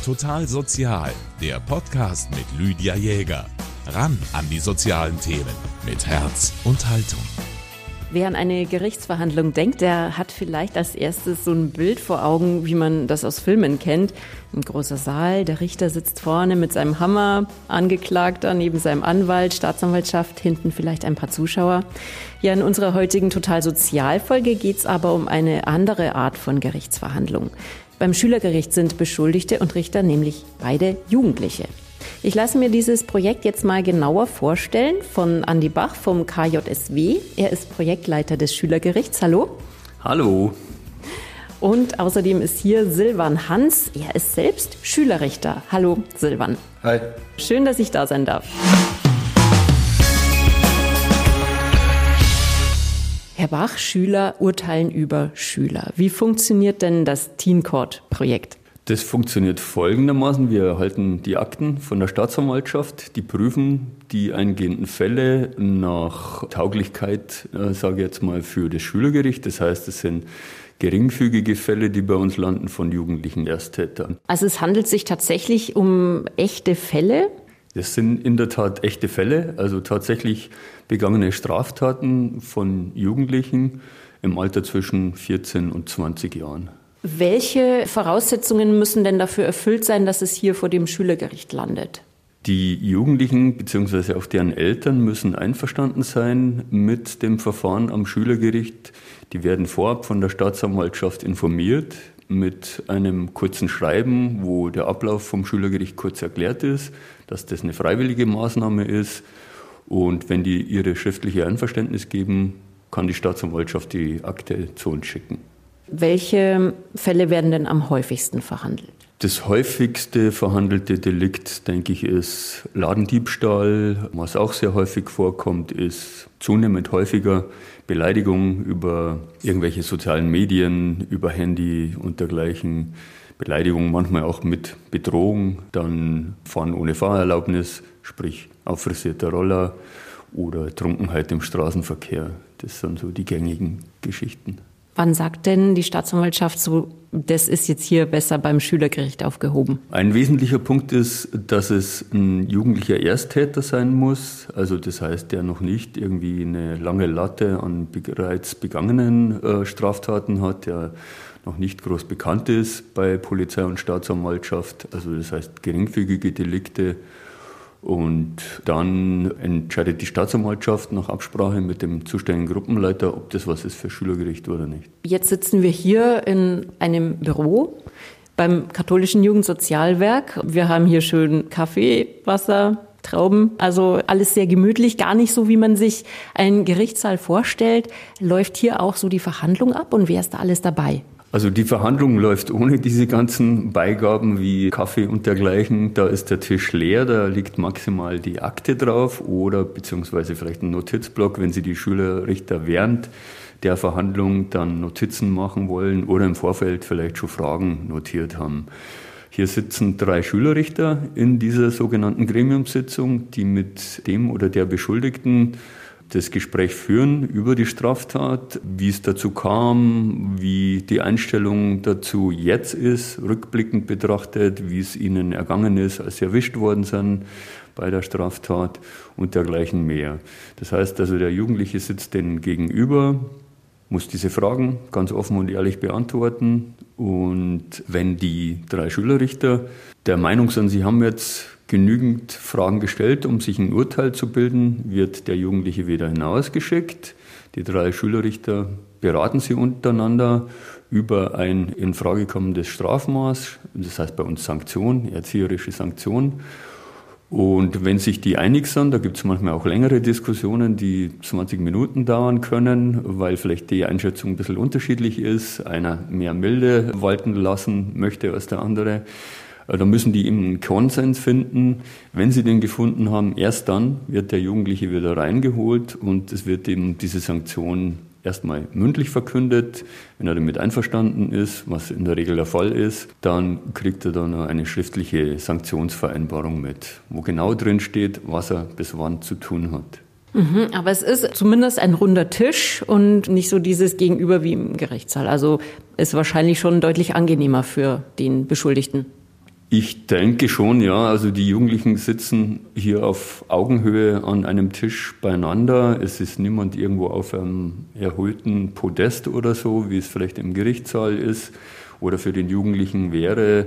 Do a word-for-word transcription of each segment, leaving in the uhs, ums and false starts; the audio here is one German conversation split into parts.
Total Sozial, der Podcast mit Lydia Jäger. Ran an die sozialen Themen mit Herz und Haltung. Wer an eine Gerichtsverhandlung denkt, der hat vielleicht als erstes so ein Bild vor Augen, wie man das aus Filmen kennt. Ein großer Saal, der Richter sitzt vorne mit seinem Hammer, Angeklagter neben seinem Anwalt, Staatsanwaltschaft, hinten vielleicht ein paar Zuschauer. Ja, in unserer heutigen Total-Sozial-Folge geht es aber um eine andere Art von Gerichtsverhandlung. Beim Schülergericht sind Beschuldigte und Richter nämlich beide Jugendliche. Ich lasse mir dieses Projekt jetzt mal genauer vorstellen von Andi Bach vom K J S W. Er ist Projektleiter des Schülergerichts. Hallo. Hallo. Und außerdem ist hier Silvan Hans. Er ist selbst Schülerrichter. Hallo, Silvan. Hi. Schön, dass ich da sein darf. Herr Bach, Schüler urteilen über Schüler. Wie funktioniert denn das Teen Court-Projekt? Das funktioniert folgendermaßen. Wir erhalten die Akten von der Staatsanwaltschaft, die prüfen die eingehenden Fälle nach Tauglichkeit, äh, sage ich jetzt mal, für das Schülergericht. Das heißt, es sind geringfügige Fälle, die bei uns landen von jugendlichen Ersttätern. Also es handelt sich tatsächlich um echte Fälle? Das sind in der Tat echte Fälle, also tatsächlich begangene Straftaten von Jugendlichen im Alter zwischen vierzehn und zwanzig Jahren. Welche Voraussetzungen müssen denn dafür erfüllt sein, dass es hier vor dem Schülergericht landet? Die Jugendlichen bzw. auch deren Eltern müssen einverstanden sein mit dem Verfahren am Schülergericht. Die werden vorab von der Staatsanwaltschaft informiert mit einem kurzen Schreiben, wo der Ablauf vom Schülergericht kurz erklärt ist, dass das eine freiwillige Maßnahme ist. Und wenn die ihre schriftliche Einverständnis geben, kann die Staatsanwaltschaft die Akte zu uns schicken. Welche Fälle werden denn am häufigsten verhandelt? Das häufigste verhandelte Delikt, denke ich, ist Ladendiebstahl. Was auch sehr häufig vorkommt, ist zunehmend häufiger Beleidigung über irgendwelche sozialen Medien, über Handy und dergleichen. Beleidigung manchmal auch mit Bedrohung. Dann Fahren ohne Fahrerlaubnis, sprich auffrisierter Roller oder Trunkenheit im Straßenverkehr. Das sind so die gängigen Geschichten. Wann sagt denn die Staatsanwaltschaft so, das ist jetzt hier besser beim Schülergericht aufgehoben? Ein wesentlicher Punkt ist, dass es ein jugendlicher Ersttäter sein muss. Also das heißt, der noch nicht irgendwie eine lange Latte an bereits begangenen äh, Straftaten hat, der noch nicht groß bekannt ist bei Polizei und Staatsanwaltschaft. Also das heißt geringfügige Delikte. Und dann entscheidet die Staatsanwaltschaft nach Absprache mit dem zuständigen Gruppenleiter, ob das was ist für Schülergericht oder nicht. Jetzt sitzen wir hier in einem Büro beim katholischen Jugendsozialwerk. Wir haben hier schön Kaffee, Wasser, Trauben, also alles sehr gemütlich, gar nicht so, wie man sich einen Gerichtssaal vorstellt. Läuft hier auch so die Verhandlung ab und wer ist da alles dabei? Also die Verhandlung läuft ohne diese ganzen Beigaben wie Kaffee und dergleichen. Da ist der Tisch leer, da liegt maximal die Akte drauf oder beziehungsweise vielleicht ein Notizblock, wenn Sie die Schülerrichter während der Verhandlung dann Notizen machen wollen oder im Vorfeld vielleicht schon Fragen notiert haben. Hier sitzen drei Schülerrichter in dieser sogenannten Gremiumssitzung, die mit dem oder der Beschuldigten das Gespräch führen über die Straftat, wie es dazu kam, wie die Einstellung dazu jetzt ist, rückblickend betrachtet, wie es ihnen ergangen ist, als sie erwischt worden sind bei der Straftat und dergleichen mehr. Das heißt also, der Jugendliche sitzt denen gegenüber, muss diese Fragen ganz offen und ehrlich beantworten. Und wenn die drei Schülerrichter der Meinung sind, sie haben jetzt genügend Fragen gestellt, um sich ein Urteil zu bilden, wird der Jugendliche wieder hinausgeschickt. Die drei Schülerrichter beraten sie untereinander über ein in Frage kommendes Strafmaß, das heißt bei uns Sanktion, erzieherische Sanktion. Und wenn sich die einig sind, da gibt es manchmal auch längere Diskussionen, die zwanzig Minuten dauern können, weil vielleicht die Einschätzung ein bisschen unterschiedlich ist, einer mehr Milde walten lassen möchte als der andere. Da müssen die eben einen Konsens finden. Wenn sie den gefunden haben, erst dann wird der Jugendliche wieder reingeholt und es wird eben diese Sanktion erstmal mündlich verkündet. Wenn er damit einverstanden ist, was in der Regel der Fall ist, dann kriegt er dann eine schriftliche Sanktionsvereinbarung mit, wo genau drin steht, was er bis wann zu tun hat. Mhm, aber es ist zumindest ein runder Tisch und nicht so dieses Gegenüber wie im Gerichtssaal. Also ist wahrscheinlich schon deutlich angenehmer für den Beschuldigten. Ich denke schon, ja. Also die Jugendlichen sitzen hier auf Augenhöhe an einem Tisch beieinander. Es ist niemand irgendwo auf einem erhöhten Podest oder so, wie es vielleicht im Gerichtssaal ist oder für den Jugendlichen wäre.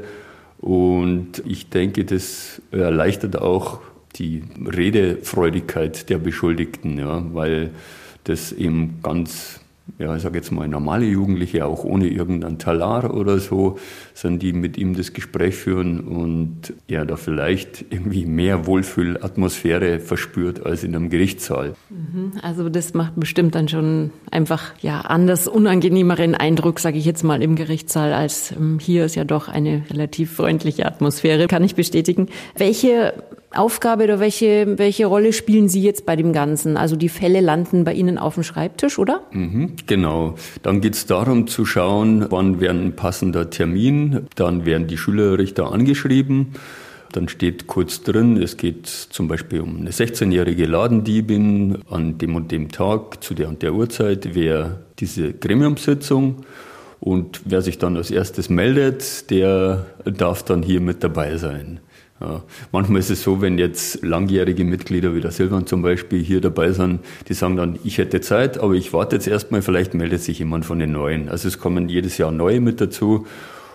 Und ich denke, das erleichtert auch die Redefreudigkeit der Beschuldigten, ja, weil das eben ganz, ja, ich sage jetzt mal, normale Jugendliche, auch ohne irgendein Talar oder so, sind die mit ihm das Gespräch führen und er da vielleicht irgendwie mehr Wohlfühlatmosphäre verspürt als in einem Gerichtssaal. Also das macht bestimmt dann schon einfach ja anders unangenehmeren Eindruck, sage ich jetzt mal, im Gerichtssaal, als ähm, hier ist ja doch eine relativ freundliche Atmosphäre, kann ich bestätigen. Welche Aufgabe oder welche, welche Rolle spielen Sie jetzt bei dem Ganzen? Also die Fälle landen bei Ihnen auf dem Schreibtisch, oder? Mhm, genau. Dann geht es darum zu schauen, wann wäre ein passender Termin. Dann werden die Schülerrichter angeschrieben. Dann steht kurz drin, es geht zum Beispiel um eine sechzehnjährige Ladendiebin an dem und dem Tag, zu der und der Uhrzeit, wäre diese Gremiumssitzung. Und wer sich dann als erstes meldet, der darf dann hier mit dabei sein. Ja, manchmal ist es so, wenn jetzt langjährige Mitglieder wie der Silvan zum Beispiel hier dabei sind, die sagen dann, ich hätte Zeit, aber ich warte jetzt erstmal, vielleicht meldet sich jemand von den Neuen. Also es kommen jedes Jahr neue mit dazu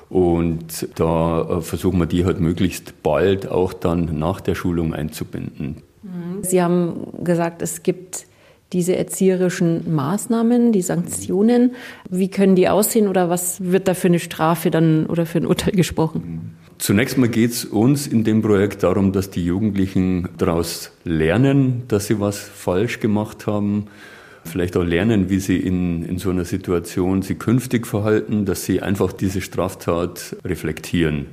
und da versuchen wir die halt möglichst bald auch dann nach der Schulung einzubinden. Sie haben gesagt, es gibt diese erzieherischen Maßnahmen, die Sanktionen. Wie können die aussehen oder was wird da für eine Strafe dann oder für ein Urteil gesprochen? Zunächst mal geht es uns in dem Projekt darum, dass die Jugendlichen daraus lernen, dass sie was falsch gemacht haben, vielleicht auch lernen, wie sie in, in so einer Situation sich künftig verhalten, dass sie einfach diese Straftat reflektieren.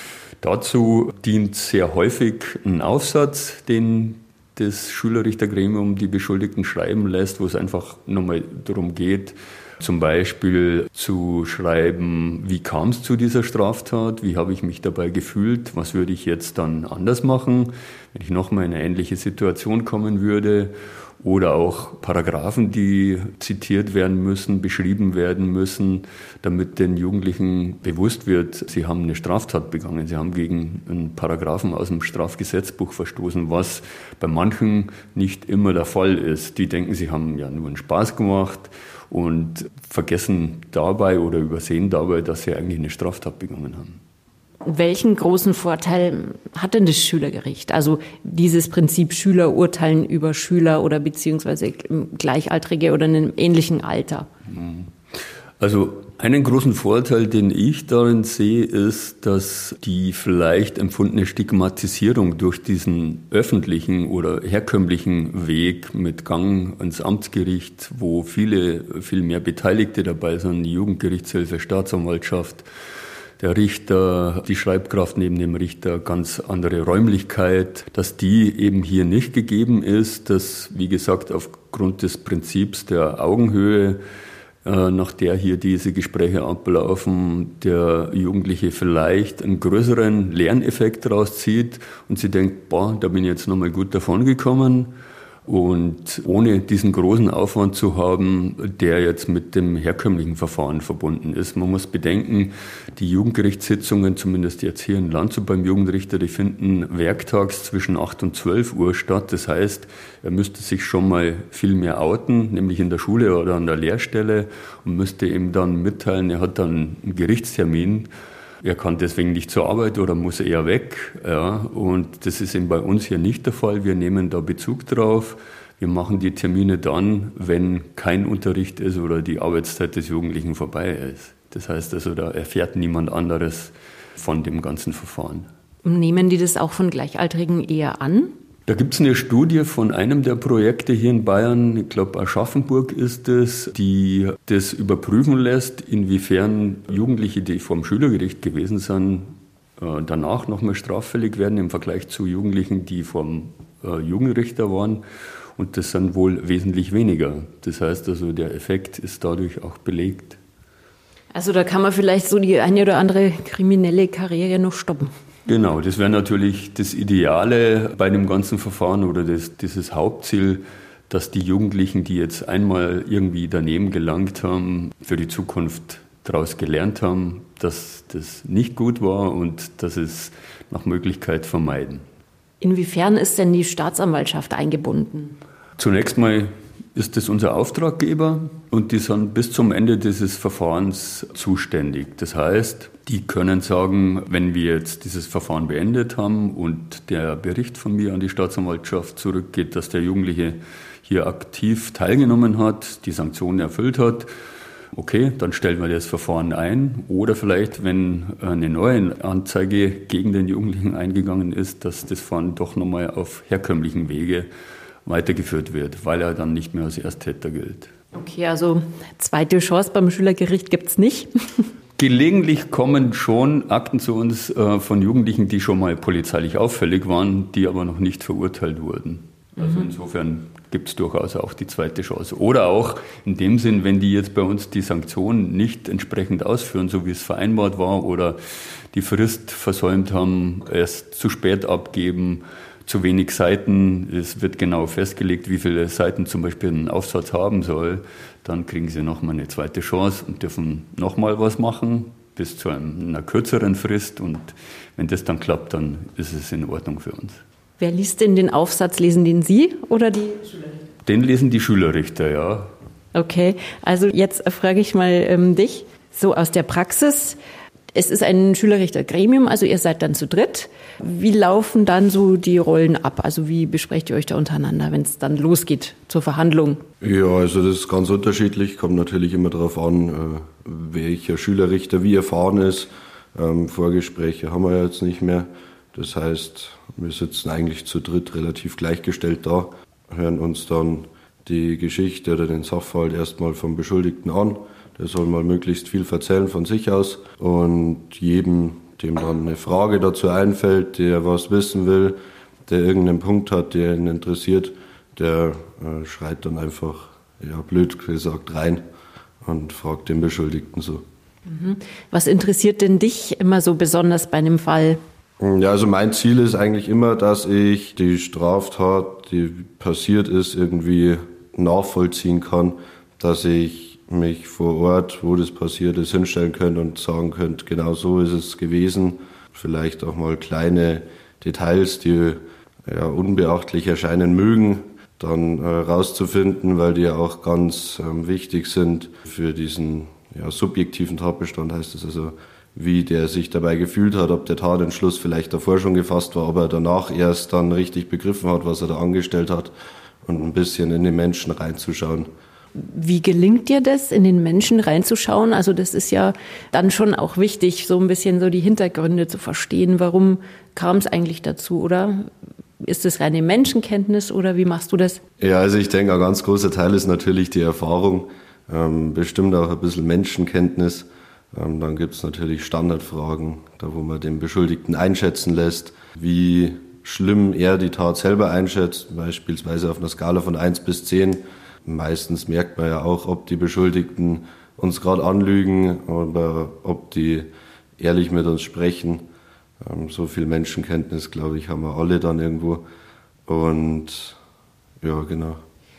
Dazu dient sehr häufig ein Aufsatz, den das Schülerrichtergremium die Beschuldigten schreiben lässt, wo es einfach nochmal darum geht, zum Beispiel zu schreiben, wie kam es zu dieser Straftat, wie habe ich mich dabei gefühlt, was würde ich jetzt dann anders machen, wenn ich nochmal in eine ähnliche Situation kommen würde. Oder auch Paragraphen, die zitiert werden müssen, beschrieben werden müssen, damit den Jugendlichen bewusst wird, sie haben eine Straftat begangen, sie haben gegen einen Paragraphen aus dem Strafgesetzbuch verstoßen, was bei manchen nicht immer der Fall ist. Die denken, sie haben ja nur einen Spaß gemacht und vergessen dabei oder übersehen dabei, dass sie eigentlich eine Straftat begangen haben. Welchen großen Vorteil hat denn das Schülergericht? Also dieses Prinzip Schüler urteilen über Schüler oder beziehungsweise Gleichaltrige oder in einem ähnlichen Alter? Also einen großen Vorteil, den ich darin sehe, ist, dass die vielleicht empfundene Stigmatisierung durch diesen öffentlichen oder herkömmlichen Weg mit Gang ans Amtsgericht, wo viele, viel mehr Beteiligte dabei sind, die Jugendgerichtshilfe, Staatsanwaltschaft, der Richter, die Schreibkraft neben dem Richter, ganz andere Räumlichkeit, dass die eben hier nicht gegeben ist, dass, wie gesagt, aufgrund des Prinzips der Augenhöhe, äh, nach der hier diese Gespräche ablaufen, der Jugendliche vielleicht einen größeren Lerneffekt daraus zieht und sie denkt, boah, da bin ich jetzt nochmal gut davon gekommen. Und ohne diesen großen Aufwand zu haben, der jetzt mit dem herkömmlichen Verfahren verbunden ist. Man muss bedenken, die Jugendgerichtssitzungen, zumindest jetzt hier in Landshut beim Jugendrichter, die finden werktags zwischen acht und zwölf Uhr statt. Das heißt, er müsste sich schon mal viel mehr outen, nämlich in der Schule oder an der Lehrstelle und müsste ihm dann mitteilen, er hat dann einen Gerichtstermin. Er kann deswegen nicht zur Arbeit oder muss eher weg. Ja, und das ist eben bei uns hier nicht der Fall. Wir nehmen da Bezug drauf. Wir machen die Termine dann, wenn kein Unterricht ist oder die Arbeitszeit des Jugendlichen vorbei ist. Das heißt also, da erfährt niemand anderes von dem ganzen Verfahren. Nehmen die das auch von Gleichaltrigen eher an? Da gibt es eine Studie von einem der Projekte hier in Bayern, ich glaube Aschaffenburg ist es, die das überprüfen lässt, inwiefern Jugendliche, die vor dem Schülergericht gewesen sind, danach nochmal straffällig werden im Vergleich zu Jugendlichen, die vor dem Jugendrichter waren. Und das sind wohl wesentlich weniger. Das heißt also, der Effekt ist dadurch auch belegt. Also da kann man vielleicht so die eine oder andere kriminelle Karriere noch stoppen. Genau, das wäre natürlich das Ideale bei dem ganzen Verfahren oder das, dieses Hauptziel, dass die Jugendlichen, die jetzt einmal irgendwie daneben gelangt haben, für die Zukunft daraus gelernt haben, dass das nicht gut war und dass es nach Möglichkeit vermeiden. Inwiefern ist denn die Staatsanwaltschaft eingebunden? Zunächst mal ist es unser Auftraggeber und die sind bis zum Ende dieses Verfahrens zuständig. Das heißt, die können sagen, wenn wir jetzt dieses Verfahren beendet haben und der Bericht von mir an die Staatsanwaltschaft zurückgeht, dass der Jugendliche hier aktiv teilgenommen hat, die Sanktionen erfüllt hat, okay, dann stellen wir das Verfahren ein. Oder vielleicht, wenn eine neue Anzeige gegen den Jugendlichen eingegangen ist, dass das Verfahren doch nochmal auf herkömmlichen Wege weitergeführt wird, weil er dann nicht mehr als Ersttäter gilt. Okay, also zweite Chance beim Schülergericht gibt es nicht. Gelegentlich kommen schon Akten zu uns äh, von Jugendlichen, die schon mal polizeilich auffällig waren, die aber noch nicht verurteilt wurden. Also insofern gibt es durchaus auch die zweite Chance. Oder auch in dem Sinn, wenn die jetzt bei uns die Sanktionen nicht entsprechend ausführen, so wie es vereinbart war, oder die Frist versäumt haben, erst zu spät abgeben, zu wenig Seiten, es wird genau festgelegt, wie viele Seiten zum Beispiel ein Aufsatz haben soll, dann kriegen sie nochmal eine zweite Chance und dürfen nochmal was machen, bis zu einer kürzeren Frist. Und wenn das dann klappt, dann ist es in Ordnung für uns. Wer liest denn den Aufsatz? Lesen den Sie oder die Schülerrichter? Den lesen die Schülerrichter, ja. Okay, also jetzt frage ich mal ähm, dich, so aus der Praxis. Es ist ein Schülerrichtergremium, also ihr seid dann zu dritt. Wie laufen dann so die Rollen ab? Also wie besprecht ihr euch da untereinander, wenn es dann losgeht zur Verhandlung? Ja, also das ist ganz unterschiedlich. Kommt natürlich immer darauf an, welcher Schülerrichter wie erfahren ist. Vorgespräche haben wir ja jetzt nicht mehr. Das heißt, wir sitzen eigentlich zu dritt relativ gleichgestellt da, hören uns dann die Geschichte oder den Sachverhalt erstmal vom Beschuldigten an. Der soll mal möglichst viel erzählen von sich aus und jedem, dem dann eine Frage dazu einfällt, der was wissen will, der irgendeinen Punkt hat, der ihn interessiert, der äh, schreit dann einfach, ja blöd gesagt, rein und fragt den Beschuldigten so. Was interessiert denn dich immer so besonders bei einem Fall? Ja, also mein Ziel ist eigentlich immer, dass ich die Straftat, die passiert ist, irgendwie nachvollziehen kann, dass ich mich vor Ort, wo das passiert ist, hinstellen könnte und sagen könnte, genau so ist es gewesen. Vielleicht auch mal kleine Details, die ja unbeachtlich erscheinen mögen, dann äh, rauszufinden, weil die ja auch ganz ähm, wichtig sind für diesen ja, subjektiven Tatbestand, heißt es also, wie der sich dabei gefühlt hat, ob der Tatentschluss vielleicht davor schon gefasst war, ob er danach erst dann richtig begriffen hat, was er da angestellt hat und ein bisschen in den Menschen reinzuschauen. Wie gelingt dir das, in den Menschen reinzuschauen? Also das ist ja dann schon auch wichtig, so ein bisschen so die Hintergründe zu verstehen. Warum kam es eigentlich dazu, oder? Ist das reine Menschenkenntnis oder wie machst du das? Ja, also ich denke, ein ganz großer Teil ist natürlich die Erfahrung, ähm, bestimmt auch ein bisschen Menschenkenntnis. Ähm, dann gibt es natürlich Standardfragen, da wo man den Beschuldigten einschätzen lässt, wie schlimm er die Tat selber einschätzt, beispielsweise auf einer Skala von eins bis zehn. Meistens merkt man ja auch, ob die Beschuldigten uns gerade anlügen oder ob die ehrlich mit uns sprechen. So viel Menschenkenntnis, glaube ich, haben wir alle dann irgendwo. Und ja, genau.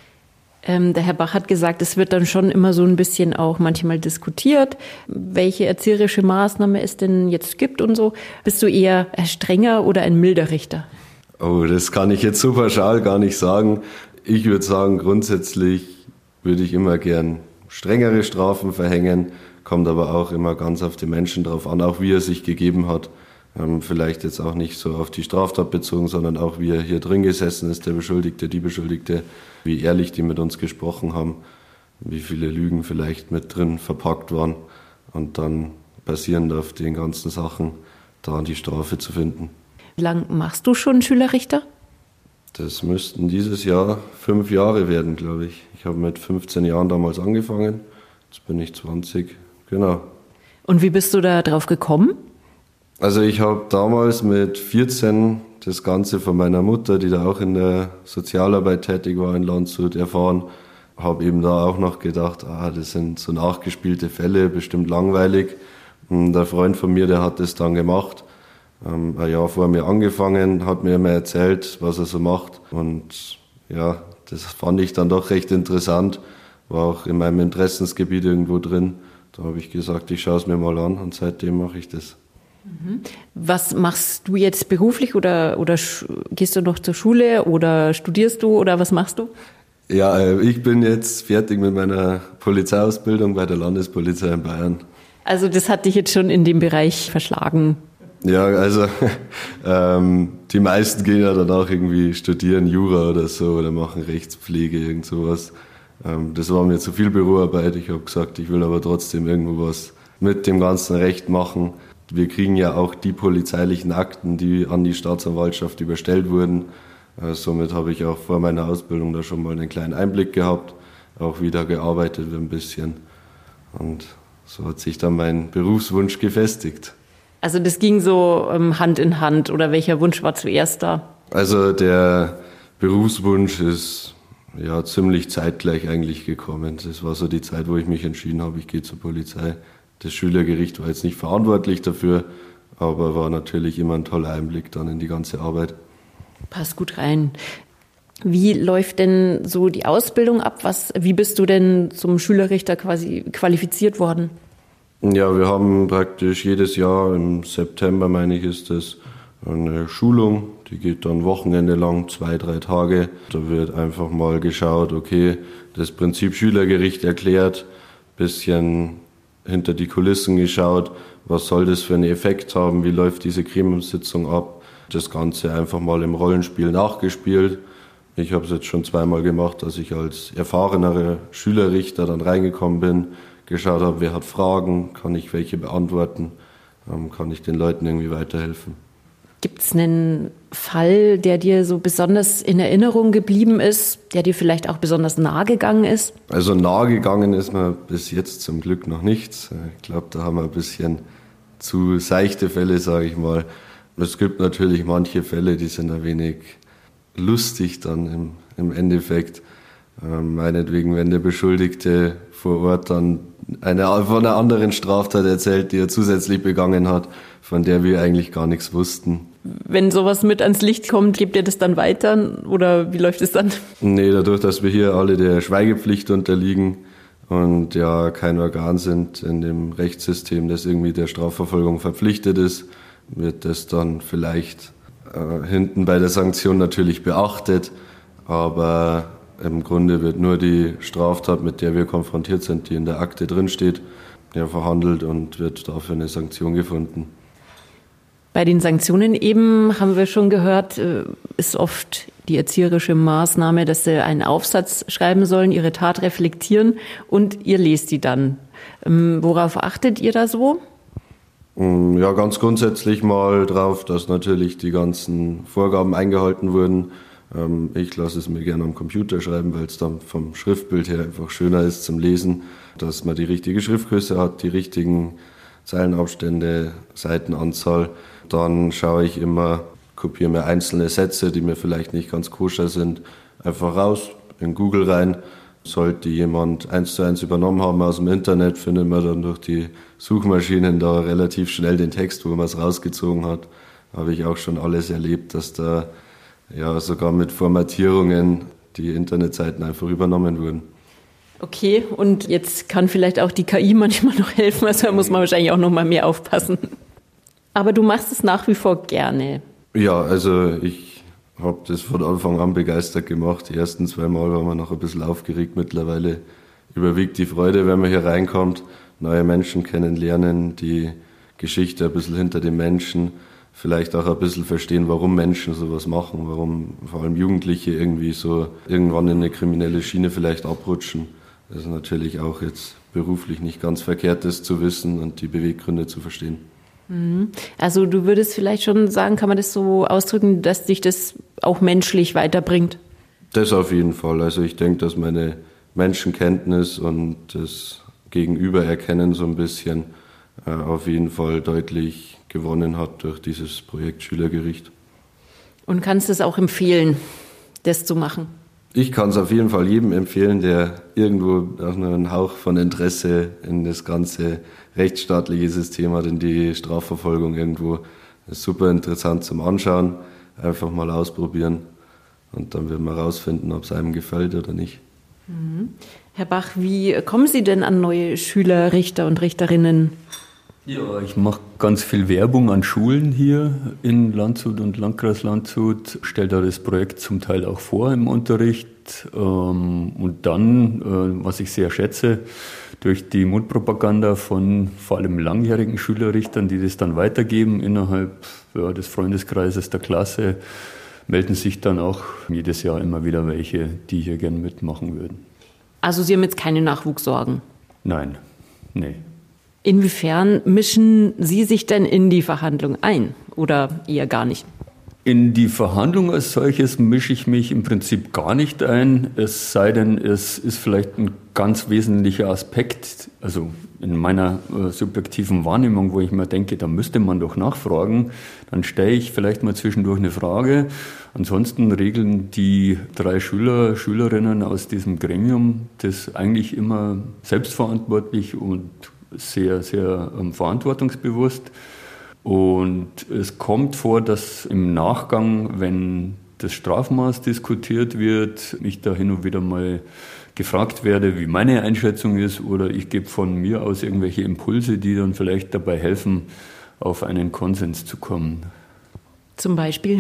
Ähm, der Herr Bach hat gesagt, es wird dann schon immer so ein bisschen auch manchmal diskutiert, welche erzieherische Maßnahme es denn jetzt gibt und so. Bist du eher ein strenger oder ein milder Richter? Oh, das kann ich jetzt so pauschal gar nicht sagen. Ich würde sagen, grundsätzlich würde ich immer gern strengere Strafen verhängen, kommt aber auch immer ganz auf den Menschen drauf an, auch wie er sich gegeben hat. Ähm, vielleicht jetzt auch nicht so auf die Straftat bezogen, sondern auch wie er hier drin gesessen ist, der Beschuldigte, die Beschuldigte, wie ehrlich die mit uns gesprochen haben, wie viele Lügen vielleicht mit drin verpackt waren und dann basierend auf den ganzen Sachen da die Strafe zu finden. Wie lange machst du schon Schülerrichter? Das müssten dieses Jahr fünf Jahre werden, glaube ich. Ich habe mit fünfzehn Jahren damals angefangen. Jetzt bin ich zwanzig, genau. Und wie bist du da drauf gekommen? Also ich habe damals mit vierzehn das Ganze von meiner Mutter, die da auch in der Sozialarbeit tätig war in Landshut, erfahren. Habe eben da auch noch gedacht, ah, das sind so nachgespielte Fälle, bestimmt langweilig. Und der Freund von mir, der hat das dann gemacht. Ähm, ein Jahr vor mir angefangen, hat mir immer erzählt, was er so macht. Und ja, das fand ich dann doch recht interessant. War auch in meinem Interessensgebiet irgendwo drin. Da habe ich gesagt, ich schaue es mir mal an und seitdem mache ich das. Was machst du jetzt beruflich oder, oder gehst du noch zur Schule oder studierst du oder was machst du? Ja, ich bin jetzt fertig mit meiner Polizeiausbildung bei der Landespolizei in Bayern. Also das hat dich jetzt schon in dem Bereich verschlagen? Ja, also ähm, die meisten gehen ja danach irgendwie studieren Jura oder so oder machen Rechtspflege, irgend sowas. Ähm, das war mir zu viel Büroarbeit. Ich habe gesagt, ich will aber trotzdem irgendwo was mit dem ganzen Recht machen. Wir kriegen ja auch die polizeilichen Akten, die an die Staatsanwaltschaft überstellt wurden. Äh, somit habe ich auch vor meiner Ausbildung da schon mal einen kleinen Einblick gehabt, auch wieder gearbeitet ein bisschen. Und so hat sich dann mein Berufswunsch gefestigt. Also das ging so ähm, Hand in Hand oder welcher Wunsch war zuerst da? Also der Berufswunsch ist ja ziemlich zeitgleich eigentlich gekommen. Das war so die Zeit, wo ich mich entschieden habe, ich gehe zur Polizei. Das Schülergericht war jetzt nicht verantwortlich dafür, aber war natürlich immer ein toller Einblick dann in die ganze Arbeit. Passt gut rein. Wie läuft denn so die Ausbildung ab? Was, wie bist du denn zum Schülerrichter quasi qualifiziert worden? Ja, wir haben praktisch jedes Jahr im September, meine ich, ist das eine Schulung. Die geht dann Wochenende lang, zwei, drei Tage. Da wird einfach mal geschaut, okay, das Prinzip Schülergericht erklärt, bisschen hinter die Kulissen geschaut, was soll das für einen Effekt haben, wie läuft diese Gremiumssitzung ab. Das Ganze einfach mal im Rollenspiel nachgespielt. Ich habe es jetzt schon zweimal gemacht, dass ich als erfahrener Schülerrichter dann reingekommen bin, geschaut habe, wer hat Fragen, kann ich welche beantworten, kann ich den Leuten irgendwie weiterhelfen. Gibt es einen Fall, der dir so besonders in Erinnerung geblieben ist, der dir vielleicht auch besonders nahe gegangen ist? Also nahe gegangen ist mir bis jetzt zum Glück noch nichts. Ich glaube, da haben wir ein bisschen zu seichte Fälle, sage ich mal. Es gibt natürlich manche Fälle, die sind ein wenig lustig dann im, im Endeffekt. Ähm, meinetwegen, wenn der Beschuldigte vor Ort dann eine, von einer anderen Straftat erzählt, die er zusätzlich begangen hat, von der wir eigentlich gar nichts wussten. Wenn sowas mit ans Licht kommt, gebt ihr das dann weiter oder wie läuft es dann? Nee, dadurch, dass wir hier alle der Schweigepflicht unterliegen und ja kein Organ sind in dem Rechtssystem, das irgendwie der Strafverfolgung verpflichtet ist, wird das dann vielleicht äh, hinten bei der Sanktion natürlich beachtet, aber im Grunde wird nur die Straftat, mit der wir konfrontiert sind, die in der Akte drinsteht, ja, verhandelt und wird dafür eine Sanktion gefunden. Bei den Sanktionen eben, haben wir schon gehört, ist oft die erzieherische Maßnahme, dass sie einen Aufsatz schreiben sollen, ihre Tat reflektieren und ihr lest die dann. Worauf achtet ihr da so? Ja, ganz grundsätzlich mal drauf, dass natürlich die ganzen Vorgaben eingehalten wurden. Ich lasse es mir gerne am Computer schreiben, weil es dann vom Schriftbild her einfach schöner ist zum Lesen, dass man die richtige Schriftgröße hat, die richtigen Zeilenabstände, Seitenanzahl. Dann schaue ich immer, kopiere mir einzelne Sätze, die mir vielleicht nicht ganz koscher sind, einfach raus, in Google rein. Sollte jemand eins zu eins übernommen haben aus dem Internet, findet man dann durch die Suchmaschinen da relativ schnell den Text, wo man es rausgezogen hat. Habe ich auch schon alles erlebt, dass da ja sogar mit Formatierungen die Internetseiten einfach übernommen wurden. Okay, und jetzt kann vielleicht auch die K I manchmal noch helfen, also da muss man wahrscheinlich auch noch mal mehr aufpassen. Aber du machst es nach wie vor gerne. Ja, also ich habe das von Anfang an begeistert gemacht. Die ersten zwei Mal waren wir noch ein bisschen aufgeregt. Mittlerweile überwiegt die Freude, wenn man hier reinkommt, neue Menschen kennenlernen, die Geschichte ein bisschen hinter den Menschen, vielleicht auch ein bisschen verstehen, warum Menschen sowas machen, warum vor allem Jugendliche irgendwie so irgendwann in eine kriminelle Schiene vielleicht abrutschen. Das ist natürlich auch jetzt beruflich nicht ganz verkehrt, das zu wissen und die Beweggründe zu verstehen. Also du würdest vielleicht schon sagen, kann man das so ausdrücken, dass dich das auch menschlich weiterbringt? Das auf jeden Fall. Also ich denke, dass meine Menschenkenntnis und das Gegenübererkennen so ein bisschen äh, auf jeden Fall deutlich gewonnen hat durch dieses Projekt Schülergericht. Und kannst du es auch empfehlen, das zu machen? Ich kann es auf jeden Fall jedem empfehlen, der irgendwo auch nur einen Hauch von Interesse in das ganze rechtsstaatliche System hat, in die Strafverfolgung irgendwo. Das ist super interessant zum Anschauen, einfach mal ausprobieren und dann wird man rausfinden, ob es einem gefällt oder nicht. Mhm. Herr Bach, wie kommen Sie denn an neue Schüler, Richter und Richterinnen? Ja, ich mache ganz viel Werbung an Schulen hier in Landshut und Landkreis Landshut, stelle da das Projekt zum Teil auch vor im Unterricht. Und dann, was ich sehr schätze, durch die Mundpropaganda von vor allem langjährigen Schülerrichtern, die das dann weitergeben innerhalb ja, des Freundeskreises der Klasse, melden sich dann auch jedes Jahr immer wieder welche, die hier gerne mitmachen würden. Also Sie haben jetzt keine Nachwuchssorgen? Nein, nee. Inwiefern mischen Sie sich denn in die Verhandlung ein oder eher gar nicht? In die Verhandlung als solches mische ich mich im Prinzip gar nicht ein, es sei denn, es ist vielleicht ein ganz wesentlicher Aspekt, also in meiner äh, subjektiven Wahrnehmung, wo ich mir denke, da müsste man doch nachfragen, dann stelle ich vielleicht mal zwischendurch eine Frage. Ansonsten regeln die drei Schüler, Schülerinnen aus diesem Gremium das eigentlich immer selbstverantwortlich und sehr, sehr ähm, verantwortungsbewusst. Und es kommt vor, dass im Nachgang, wenn das Strafmaß diskutiert wird, ich da hin und wieder mal gefragt werde, wie meine Einschätzung ist, oder ich gebe von mir aus irgendwelche Impulse, die dann vielleicht dabei helfen, auf einen Konsens zu kommen. Zum Beispiel?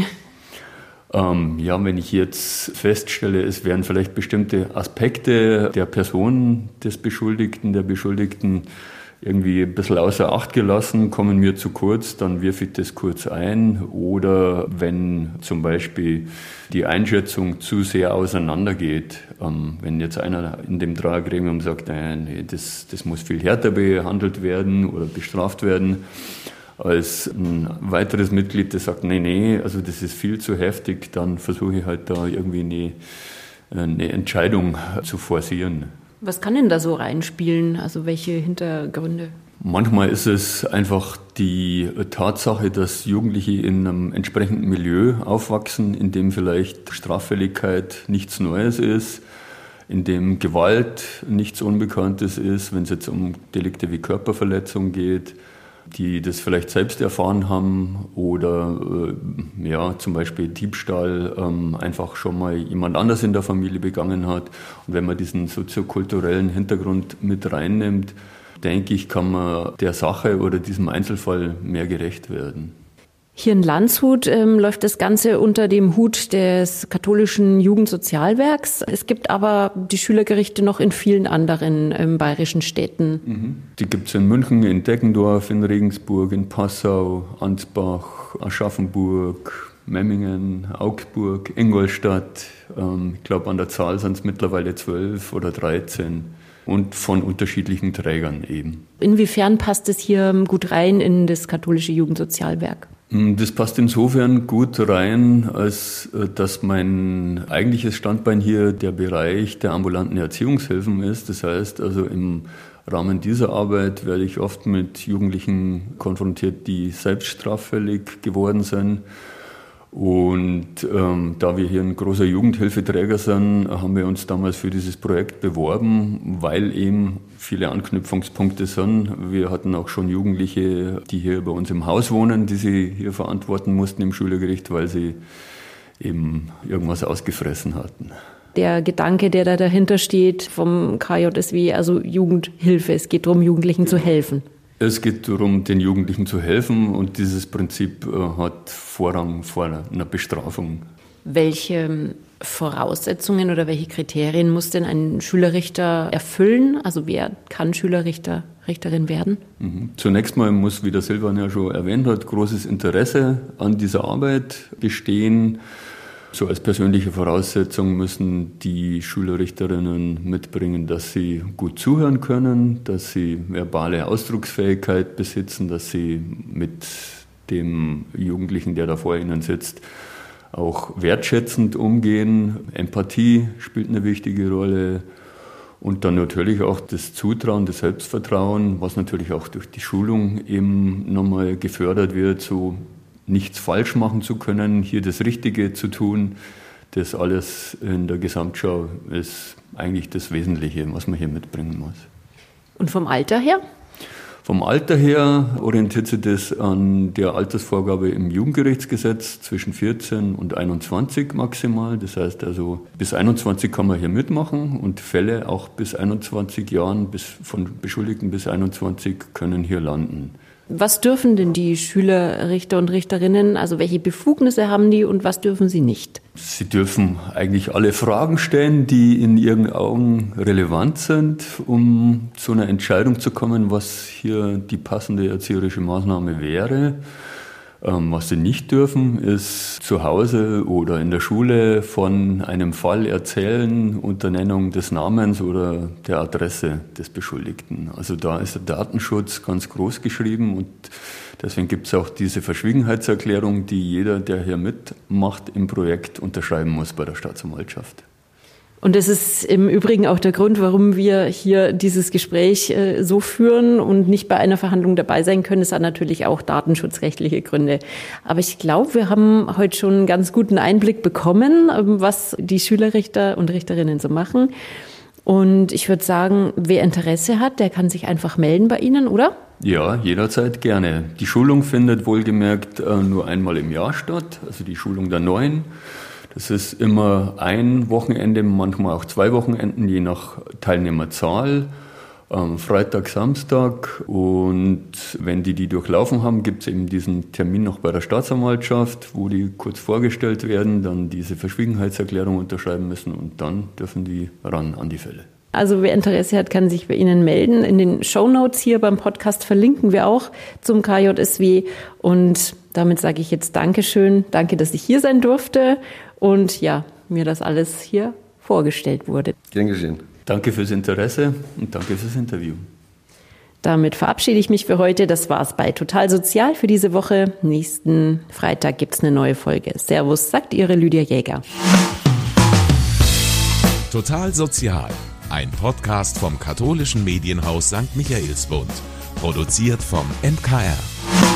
Ähm, ja, wenn ich jetzt feststelle, es wären vielleicht bestimmte Aspekte der Person des Beschuldigten, der Beschuldigten, irgendwie ein bisschen außer Acht gelassen, kommen mir zu kurz, dann wirf ich das kurz ein. Oder wenn zum Beispiel die Einschätzung zu sehr auseinandergeht, ähm, wenn jetzt einer in dem Dreiergremium sagt, naja, nee, das, das muss viel härter behandelt werden oder bestraft werden, als ein weiteres Mitglied, das sagt, nee, nee, also das ist viel zu heftig, dann versuche ich halt da irgendwie eine, eine Entscheidung zu forcieren. Was kann denn da so reinspielen? Also welche Hintergründe? Manchmal ist es einfach die Tatsache, dass Jugendliche in einem entsprechenden Milieu aufwachsen, in dem vielleicht Straffälligkeit nichts Neues ist, in dem Gewalt nichts Unbekanntes ist, wenn es jetzt um Delikte wie Körperverletzung geht, die das vielleicht selbst erfahren haben oder äh, ja, zum Beispiel Diebstahl ähm, einfach schon mal jemand anders in der Familie begangen hat. Und wenn man diesen soziokulturellen Hintergrund mit reinnimmt, denke ich, kann man der Sache oder diesem Einzelfall mehr gerecht werden. Hier in Landshut ähm, läuft das Ganze unter dem Hut des katholischen Jugendsozialwerks. Es gibt aber die Schülergerichte noch in vielen anderen ähm, bayerischen Städten. Mhm. Die gibt es in München, in Deggendorf, in Regensburg, in Passau, Ansbach, Aschaffenburg, Memmingen, Augsburg, Ingolstadt. Ähm, ich glaube, an der Zahl sind es mittlerweile zwölf oder dreizehn. Und von unterschiedlichen Trägern eben. Inwiefern passt es hier gut rein in das katholische Jugendsozialwerk? Das passt insofern gut rein, als dass mein eigentliches Standbein hier der Bereich der ambulanten Erziehungshilfen ist. Das heißt, also im Rahmen dieser Arbeit werde ich oft mit Jugendlichen konfrontiert, die selbst straffällig geworden sind. Und ähm, da wir hier ein großer Jugendhilfeträger sind, haben wir uns damals für dieses Projekt beworben, weil eben viele Anknüpfungspunkte sind. Wir hatten auch schon Jugendliche, die hier bei uns im Haus wohnen, die sie hier verantworten mussten im Schülergericht, weil sie eben irgendwas ausgefressen hatten. Der Gedanke, der da dahinter steht vom K J S W, also Jugendhilfe, es geht darum, Jugendlichen zu helfen. Es geht darum, den Jugendlichen zu helfen und dieses Prinzip äh, hat Vorrang vor einer Bestrafung. Welche Voraussetzungen oder welche Kriterien muss denn ein Schülerrichter erfüllen? Also wer kann Schülerrichter, Richterin werden? Mhm. Zunächst mal muss, wie der Silvan ja schon erwähnt hat, großes Interesse an dieser Arbeit bestehen. So als persönliche Voraussetzung müssen die Schülerrichterinnen mitbringen, dass sie gut zuhören können, dass sie verbale Ausdrucksfähigkeit besitzen, dass sie mit dem Jugendlichen, der da vor ihnen sitzt, auch wertschätzend umgehen. Empathie spielt eine wichtige Rolle und dann natürlich auch das Zutrauen, das Selbstvertrauen, was natürlich auch durch die Schulung eben nochmal gefördert wird, so nichts falsch machen zu können, hier das Richtige zu tun. Das alles in der Gesamtschau ist eigentlich das Wesentliche, was man hier mitbringen muss. Und vom Alter her? Vom Alter her orientiert sich das an der Altersvorgabe im Jugendgerichtsgesetz zwischen vierzehn und einundzwanzig maximal. Das heißt also, bis einundzwanzig kann man hier mitmachen und Fälle auch bis einundzwanzig Jahren, bis von Beschuldigten bis einundzwanzig können hier landen. Was dürfen denn die Schüler, Richter und Richterinnen, also welche Befugnisse haben die und was dürfen sie nicht? Sie dürfen eigentlich alle Fragen stellen, die in ihren Augen relevant sind, um zu einer Entscheidung zu kommen, was hier die passende erzieherische Maßnahme wäre. Was sie nicht dürfen, ist zu Hause oder in der Schule von einem Fall erzählen unter Nennung des Namens oder der Adresse des Beschuldigten. Also da ist der Datenschutz ganz groß geschrieben und deswegen gibt es auch diese Verschwiegenheitserklärung, die jeder, der hier mitmacht im Projekt, unterschreiben muss bei der Staatsanwaltschaft. Und das ist im Übrigen auch der Grund, warum wir hier dieses Gespräch äh, so führen und nicht bei einer Verhandlung dabei sein können. Es hat natürlich auch datenschutzrechtliche Gründe. Aber ich glaube, wir haben heute schon einen ganz guten Einblick bekommen, was die Schülerrichter und Richterinnen so machen. Und ich würde sagen, wer Interesse hat, der kann sich einfach melden bei Ihnen, oder? Ja, jederzeit gerne. Die Schulung findet wohlgemerkt äh, nur einmal im Jahr statt, also die Schulung der Neuen. Das ist immer ein Wochenende, manchmal auch zwei Wochenenden, je nach Teilnehmerzahl. Ähm, Freitag, Samstag. Und wenn die die durchlaufen haben, gibt es eben diesen Termin noch bei der Staatsanwaltschaft, wo die kurz vorgestellt werden, dann diese Verschwiegenheitserklärung unterschreiben müssen und dann dürfen die ran an die Fälle. Also wer Interesse hat, kann sich bei Ihnen melden. In den Shownotes hier beim Podcast verlinken wir auch zum K J S W. Und damit sage ich jetzt Dankeschön. Danke, dass ich hier sein durfte und ja, mir das alles hier vorgestellt wurde. Gern geschehen. Danke fürs Interesse und danke fürs Interview. Damit verabschiede ich mich für heute. Das war's bei Total Sozial für diese Woche. Nächsten Freitag gibt's eine neue Folge. Servus, sagt Ihre Lydia Jäger. Total Sozial. Ein Podcast vom katholischen Medienhaus Sankt Michaelsbund. Produziert vom M K R.